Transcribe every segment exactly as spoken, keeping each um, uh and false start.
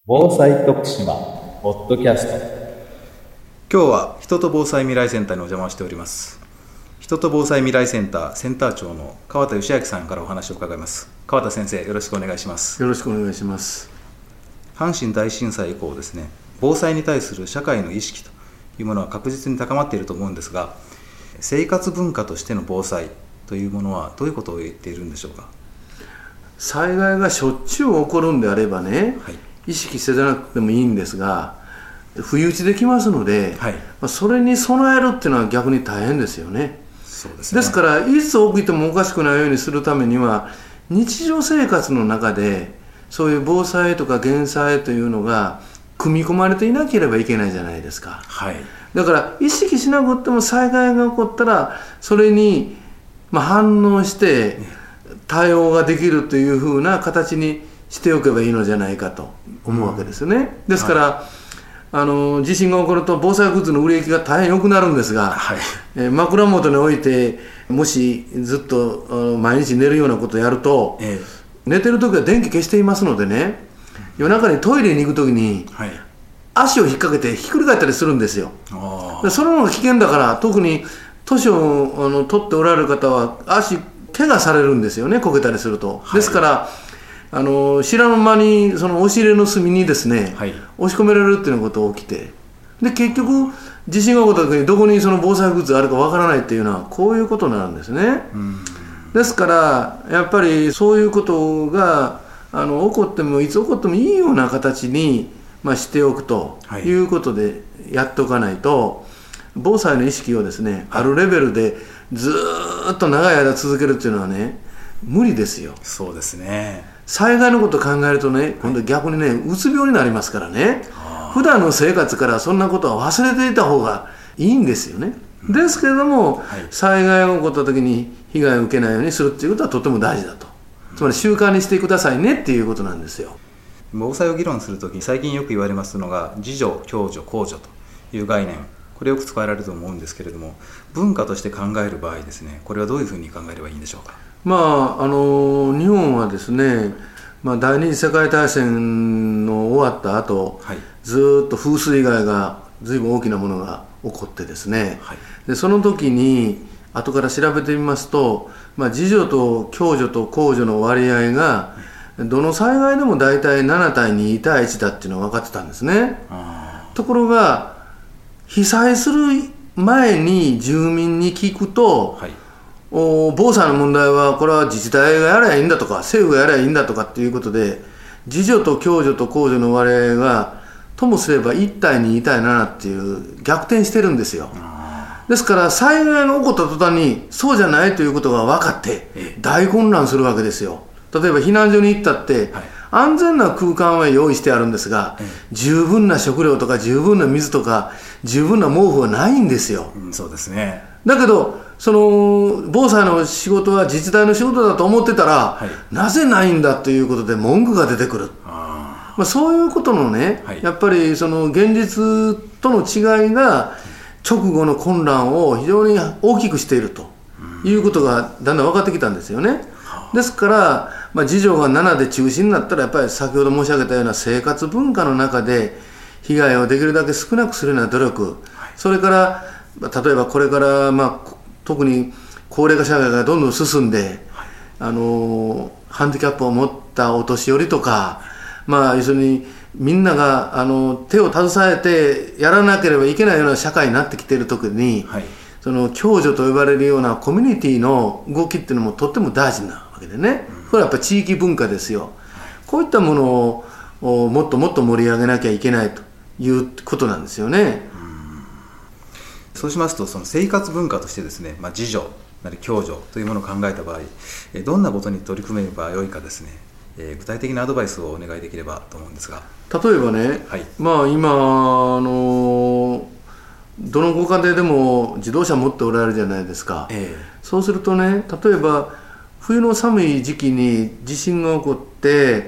防災徳島ポッドキャスト。 今日は人と防災未来センターにお邪魔しております。人と防災未来センターセンター長の川田義明さんからお話を伺います。川田先生、よろしくお願いします。 よろしくお願いします。 阪神大震災以降ですね、防災に対する社会の意識というものは確実に高まっていると思うんですが、生活文化としての防災というものはどういうことを言っているんでしょうか。 災害がしょっちゅう起こるんであればね、はい、意識せなくてもいいんですが、不意打ちできますので、はい、まあ、それに備えるっていうのは逆に大変ですよね。 そうですね。 ですからいつ起きてもおかしくないようにするためには、日常生活の中でそういう防災とか減災というのが組み込まれていなければいけないじゃないですか、はい、だから意識しなくても災害が起こったらそれにまあ反応して対応ができるというふうな形にしておけばいいのじゃないかと思うわけですよね、うん、ですから、はい、あの地震が起こると防災グッズの売れ行きが大変良くなるんですが、はい、えー、枕元に置いてもしずっと毎日寝るようなことをやると、ええ、寝てる時は電気消していますのでね、夜中にトイレに行く時に、はい、足を引っ掛けてひっくり返ったりするんですよ。でその方が危険だから、特に年をあの取っておられる方は足怪我されるんですよね、こけたりすると、はい、ですからあの知らぬ間にその押し入れの隅にですね、はい、押し込められるっていうようなことが起きて、で結局地震が起こった時にどこにその防災グッズがあるかわからないっていうのはこういうことなんですね。うん、ですからやっぱりそういうことがあの起こってもいつ起こってもいいような形に、まあ、しておくということでやっておかないと、はい、防災の意識をですね、あるレベルでずーっと長い間続けるっていうのはね、無理ですよ。 そうですね。 災害のことを考えるとね、今度逆にね、うつ病になりますからね、普段の生活からそんなことは忘れていた方がいいんですよね。うん、ですけれども、はい、災害が起こった時に被害を受けないようにするっていうことはとても大事だと、つまり習慣にしてくださいねっていうことなんですよ。 防災を議論するときに最近よく言われますのが、自助、共助、公助という概念、これよく使われると思うんですけれども、文化として考える場合ですね、これはどういうふうに考えればいいんでしょうか。 まあ、あの日本はですね、まあ、第二次世界大戦の終わった後、はい、ずっと風水害が随分大きなものが起こってですね、はい、でその時に後から調べてみますと、まあ、自助と共助と公助の割合がどの災害でも大体ななたいにたいいちだっていうのが分かってたんですね。ところが被災する前に住民に聞くと、はい、お防災の問題はこれは自治体がやればいいんだとか政府がやればいいんだとかっていうことで、自助と共助と公助の割合がともすればいちたいにたいななっていう逆転してるんですよ。ですから災害が起こった途端にそうじゃないということが分かって大混乱するわけですよ。例えば避難所に行ったって、はい、安全な空間は用意してあるんですが、十分な食料とか十分な水とか十分な毛布はないんですよ。 うん、そうですね。 だけどその防災の仕事は自治体の仕事だと思ってたら、はい、なぜないんだということで文句が出てくる。あ、まあ、そういうことのね、はい、やっぱりその現実との違いが直後の混乱を非常に大きくしているということがだんだん分かってきたんですよね。ですから、まあ、自助がななで中心になったら、やっぱり先ほど申し上げたような生活文化の中で被害をできるだけ少なくするような努力、はい、それから例えばこれから、まあ、特に高齢化社会がどんどん進んで、はい、あのハンディキャップを持ったお年寄りとか、まあ、要するにみんながあの手を携えてやらなければいけないような社会になってきている時に、はい、その共助と呼ばれるようなコミュニティの動きっていうのもとっても大事なわけでね、うん、これはやっぱり地域文化ですよ。こういったものをもっともっと盛り上げなきゃいけないということなんですよね。 うん、そうしますと、その生活文化としてですね、まあ、自助なり共助というものを考えた場合、どんなことに取り組めばよいかですね、えー、具体的なアドバイスをお願いできればと思うんですが。 例えばね、はい、まあ今あのどのご家庭でも自動車持っておられるじゃないですか、えー、そうするとね、例えば冬の寒い時期に地震が起こって、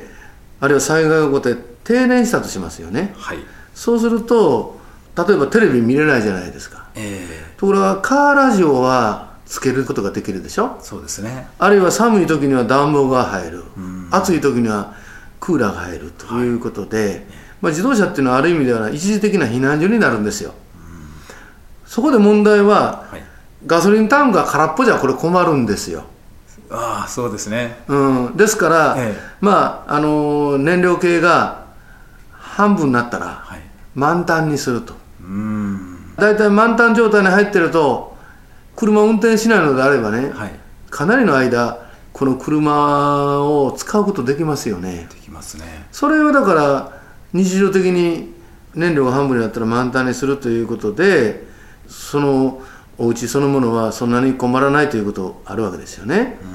あるいは災害が起こって停電したとしますよね、はい、そうすると例えばテレビ見れないじゃないですか、えー、ところがカーラジオはつけることができるでしょ。 そうですね。 あるいは寒い時には暖房が入る、暑い時にはクーラーが入るということで、はい、まあ、自動車っていうのはある意味では一時的な避難所になるんですよ。そこで問題は、はい、ガソリンタンクが空っぽじゃこれ困るんですよ。 ああ、そうですね、 うん、ですから、ええ、まああのー、燃料系が半分になったら、はい、満タンにすると。うーん、だいたい満タン状態に入ってると車を運転しないのであればね、はい、かなりの間この車を使うことできますよね。 できますね。 それをだから日常的に燃料が半分になったら満タンにするということで、そのお家そのものはそんなに困らないということあるわけですよね。うん、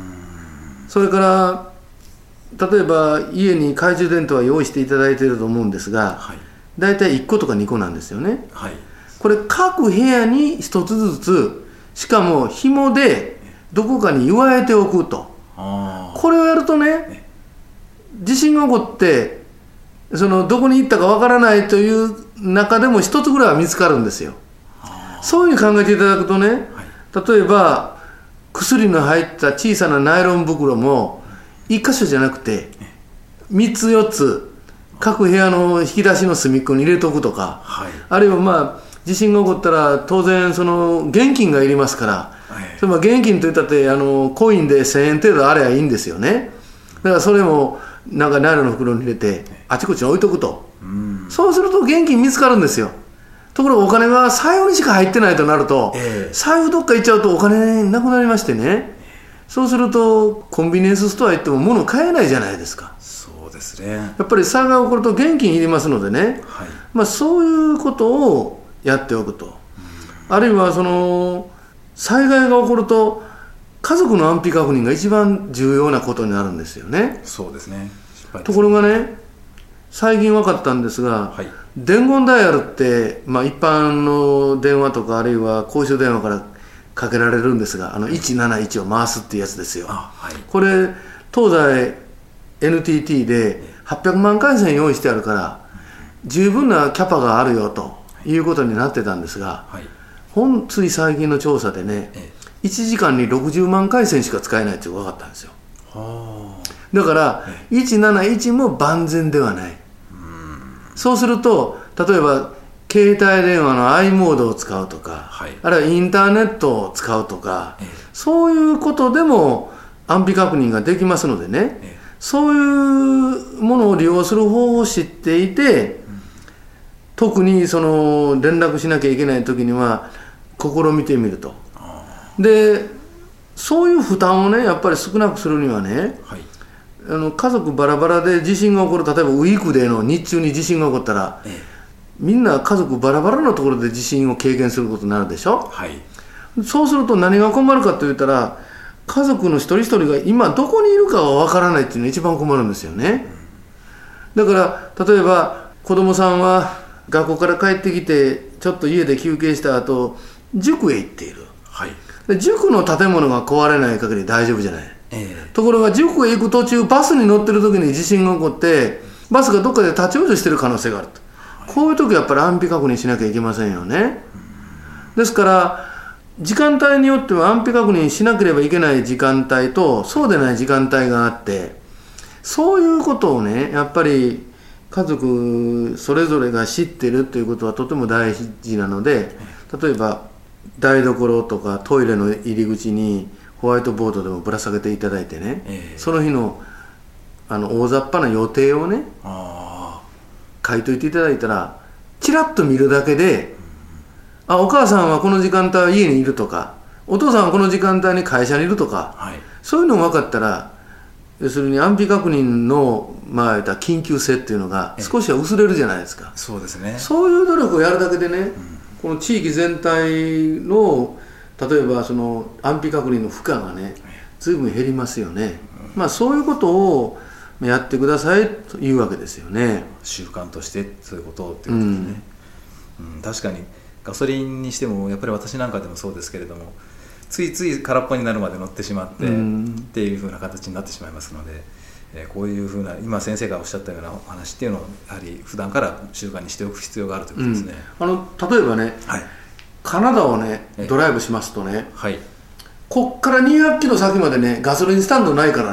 それから例えば家に懐中電灯は用意していただいていると思うんですが、はい、だいたいいっことかにこなんですよね。はい、これ各部屋にひとつずつ、しかも紐でどこかに結わえておくと。あ、これをやるとね、地震が起こってそのどこに行ったかわからないという中でも一つぐらいは見つかるんですよ。そういうふうに考えていただくとね、はい、例えば薬の入った小さなナイロン袋もいっ箇所じゃなくてみっつよっつ各部屋の引き出しの隅っこに入れておくとか、はい、あるいはまあ地震が起こったら当然その現金がいりますから、はい、それ現金といったってあのコインでせんえん程度あればいいんですよね。だからそれもなんかナイロンの袋に入れてあちこちに置いとくと、うん、そうすると現金見つかるんですよ。ところがお金が財布にしか入ってないとなると、えー、財布どっか行っちゃうとお金なくなりましてね、そうするとコンビニエンスストア行っても物買えないじゃないですか。 そうですね。 やっぱり災害が起こると現金いりますのでね、はい、まあ、そういうことをやっておくと、うん、あるいはその災害が起こると家族の安否確認が一番重要なことになるんですよね。 そうですね。 ところがね、最近分かったんですが、はい、伝言ダイヤルって、まあ、一般の電話とかあるいは公衆電話からかけられるんですが、あのいちなないちを回すっていうやつですよ。はい、これ東西 エヌティーティー ではっぴゃくまん回線用意してあるから十分なキャパがあるよということになってたんですが、はい、ほんつい最近の調査でね、ええ、いちじかんにろくじゅうまん回線しか使えないって分かったんですよ。はあ、だからいちなないちも万全ではない。そうすると例えば携帯電話の i モードを使うとか、はい、あるいはインターネットを使うとか、ええ、そういうことでも安否確認ができますのでね、ええ、そういうものを利用する方法を知っていて、うん、特にその連絡しなきゃいけない時には試みてみると。でそういう負担をねやっぱり少なくするにはね、はい、あの家族バラバラで地震が起こる、例えばウィークデーの日中に地震が起こったら、ええ、みんな家族バラバラのところで地震を経験することになるでしょ。はい、そうすると何が困るかといったら家族の一人一人が今どこにいるかがわからないっていうのが一番困るんですよね。だから例えば子供さんは学校から帰ってきてちょっと家で休憩した後塾へ行っている、はい、で塾の建物が壊れない限り大丈夫じゃない。えー、ところが塾へ行く途中バスに乗ってる時に地震が起こってバスがどっかで立ち往生してる可能性があると、はい、こういう時はやっぱり安否確認しなきゃいけませんよね。ですから時間帯によっては安否確認しなければいけない時間帯とそうでない時間帯があって、そういうことをねやっぱり家族それぞれが知ってるということはとても大事なので、例えば台所とかトイレの入り口にホワイトボードでもぶら下げていただいてね、えー、その日のあの大雑把な予定をねあ書いといていただいたらチラッと見るだけで、うん、あお母さんはこの時間帯は家にいるとかお父さんはこの時間帯に会社にいるとか、はい、そういうのが分かったら要するに安否確認の、まあ、緊急性っていうのが少しは薄れるじゃないですか。 そうですね。 そういう努力をやるだけでね、うん、この地域全体の例えばその安否確認の負荷がね随分減りますよね。うん、まあそういうことをやってくださいというわけですよね。 習慣としてそういうことをっていうことですね。うんうん、確かにガソリンにしてもやっぱり私なんかでもそうですけれどもついつい空っぽになるまで乗ってしまって、うん、っていう風な形になってしまいますので、えー、こういう風な今先生がおっしゃったようなお話っていうのをやはり普段から習慣にしておく必要があるということですね。 うん、あの例えばね、はい、カナダをねドライブしますとね、はい、こっからにひゃくキロ先までねガソリンスタンドないからね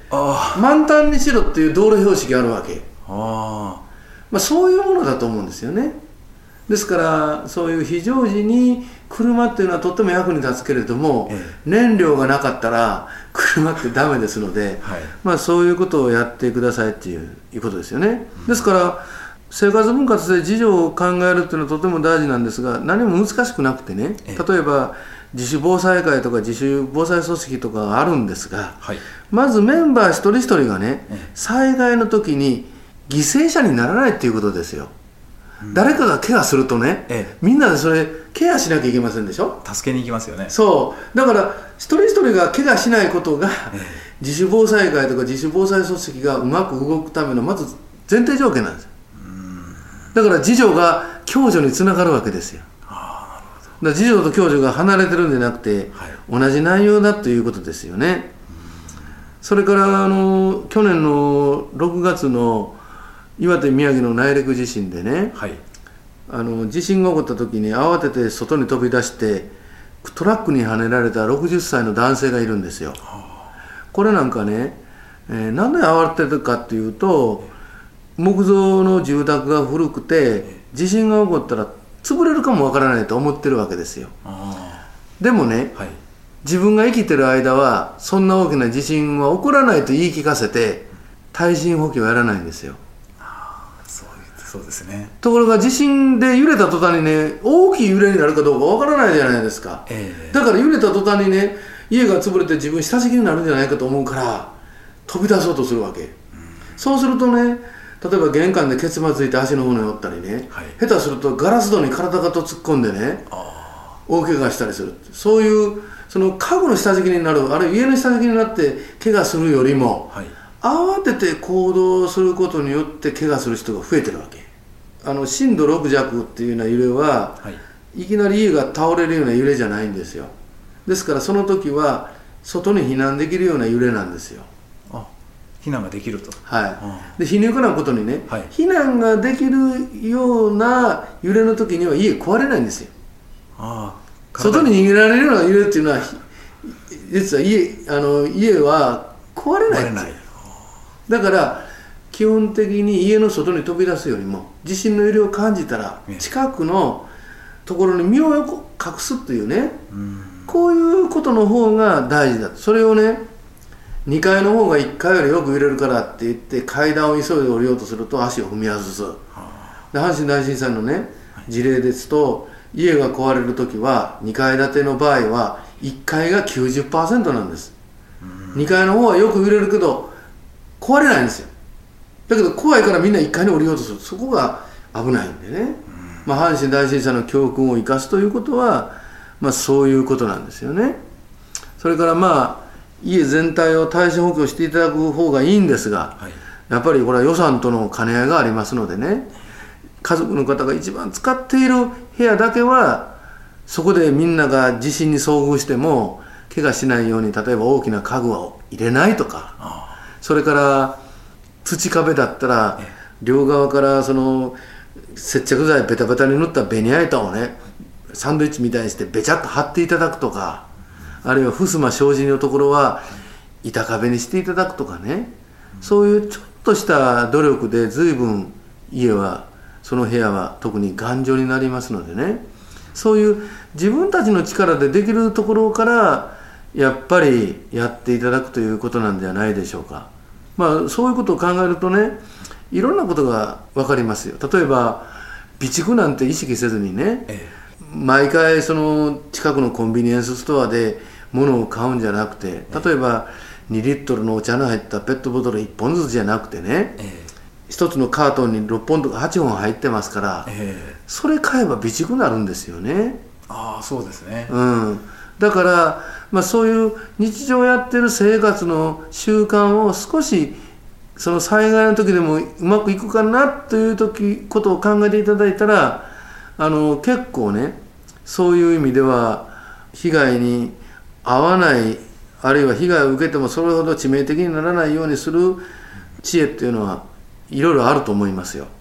あ満タンにしろっていう道路標識があるわけ。 あ、 まあ、そういうものだと思うんですよね。ですからそういう非常時に車っていうのはとっても役に立つけれども、ええ、燃料がなかったら車ってダメですので、はい、まあ、そういうことをやってくださいっていういうことですよね、うん、ですから生活文化として自助を考えるっていうのはとても大事なんですが、何も難しくなくてね、ええ、例えば自主防災会とか自主防災組織とかがあるんですが、はい、まずメンバー一人一人がね、ええ、災害の時に犠牲者にならないっていうことですよ。誰かが怪我するとね、ええ、みんなでそれケアしなきゃいけませんでしょ。 助けに行きますよね。 そうだから一人一人が怪我しないことが、ええ、自主防災会とか自主防災組織がうまく動くためのまず前提条件なんですよ。うんだから自助が共助につながるわけですよ。あなるほど。だから自助と共助が離れてるんじゃなくて、はい、同じ内容だということですよね。それからあの去年のろくがつの岩手宮城の内陸地震でね、はい、あの地震が起こった時に慌てて外に飛び出してトラックにはねられたろくじゅっさいの男性がいるんですよ。これなんかね、えー、なんで慌ててるかっていうと、木造の住宅が古くて地震が起こったら潰れるかもわからないと思ってるわけですよ。でもね、はい、自分が生きてる間はそんな大きな地震は起こらないと言い聞かせて耐震補強をやらないんですよ。 そうですね。 ところが地震で揺れた途端にね、大きい揺れになるかどうかわからないじゃないですか、えー、だから揺れた途端にね、家が潰れて自分下敷きになるんじゃないかと思うから飛び出そうとするわけ、うん、そうするとね、例えば玄関でケツまずいて足の骨を折ったりね、はい、下手するとガラス戸に体がと突っ込んでね、大怪我したりする。そういうその家具の下敷きになる、あるいは家の下敷きになって怪我するよりも、はい、慌てて行動することによって怪我する人が増えてるわけ。あの震度ろく弱っていうような揺れは、はい、いきなり家が倒れるような揺れじゃないんですよ。ですからその時は外に避難できるような揺れなんですよ。 あ、避難ができると。 はい。で皮肉なことにね、はい、避難ができるような揺れの時には家壊れないんですよ。ああ、外に逃げられるような揺れっていうのは実は家、あの家は壊れない。壊れない。だから基本的に家の外に飛び出すよりも地震の揺れを感じたら近くのところに身を隠すというね、うん、こういうことの方が大事だと。それをね、にかいの方がいっかいよりよく揺れるからって言って階段を急いで降りようとすると足を踏み外す。で阪神大震災のね事例ですと、家が壊れるときはにかい建ての場合はいっかいが きゅうじゅっパーセント なんです、うん、にかいの方はよく揺れるけど壊れないんですよ。だけど怖いからみんないっかいに降りようとする。そこが危ないんでね、うん、まあ、阪神大震災の教訓を生かすということは、まあ、そういうことなんですよね。それからまあ家全体を耐震補強していただく方がいいんですが、はい、やっぱりこれは予算との兼ね合いがありますのでね、家族の方が一番使っている部屋だけはそこでみんなが地震に遭遇しても怪我しないように、例えば大きな家具を入れないとか、それから土壁だったら両側からその接着剤ベタベタに塗ったベニヤ板をねサンドイッチみたいにしてベチャッと貼っていただくとか、あるいは襖障子のところは板壁にしていただくとかね、そういうちょっとした努力で随分家はその部屋は特に頑丈になりますのでね、そういう自分たちの力でできるところからやっぱりやっていただくということなんではないでしょうか。まあ、そういうことを考えるとね、いろんなことが分かりますよ。例えば備蓄なんて意識せずにね、ええ、毎回その近くのコンビニエンスストアで物を買うんじゃなくて、例えばにリットルのお茶の入ったペットボトルいっぽんずつじゃなくてね、ええ、ひとつのカートンにろっぽんとかはっぽん入ってますから、ええ、それ買えば備蓄になるんですよね。 ああ、そうですね、 うん、だから、まあ、そういう日常やってる生活の習慣を少しその災害の時でもうまくいくかなという時ことを考えていただいたら、あの結構ね、そういう意味では被害に遭わない、あるいは被害を受けてもそれほど致命的にならないようにする知恵っていうのはいろいろあると思いますよ。 言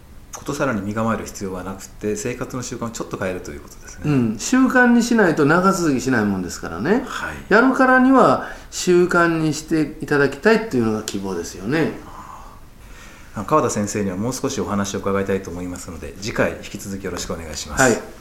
とさらに身構える必要はなくて、生活の習慣をちょっと変えるということですね。 うん、習慣にしないと長続きしないもんですからね、 はい、 やるからには習慣にしていただきたいっていうのが希望ですよね。 川田先生にはもう少しお話を伺いたいと思いますので、次回引き続きよろしくお願いします。 はい。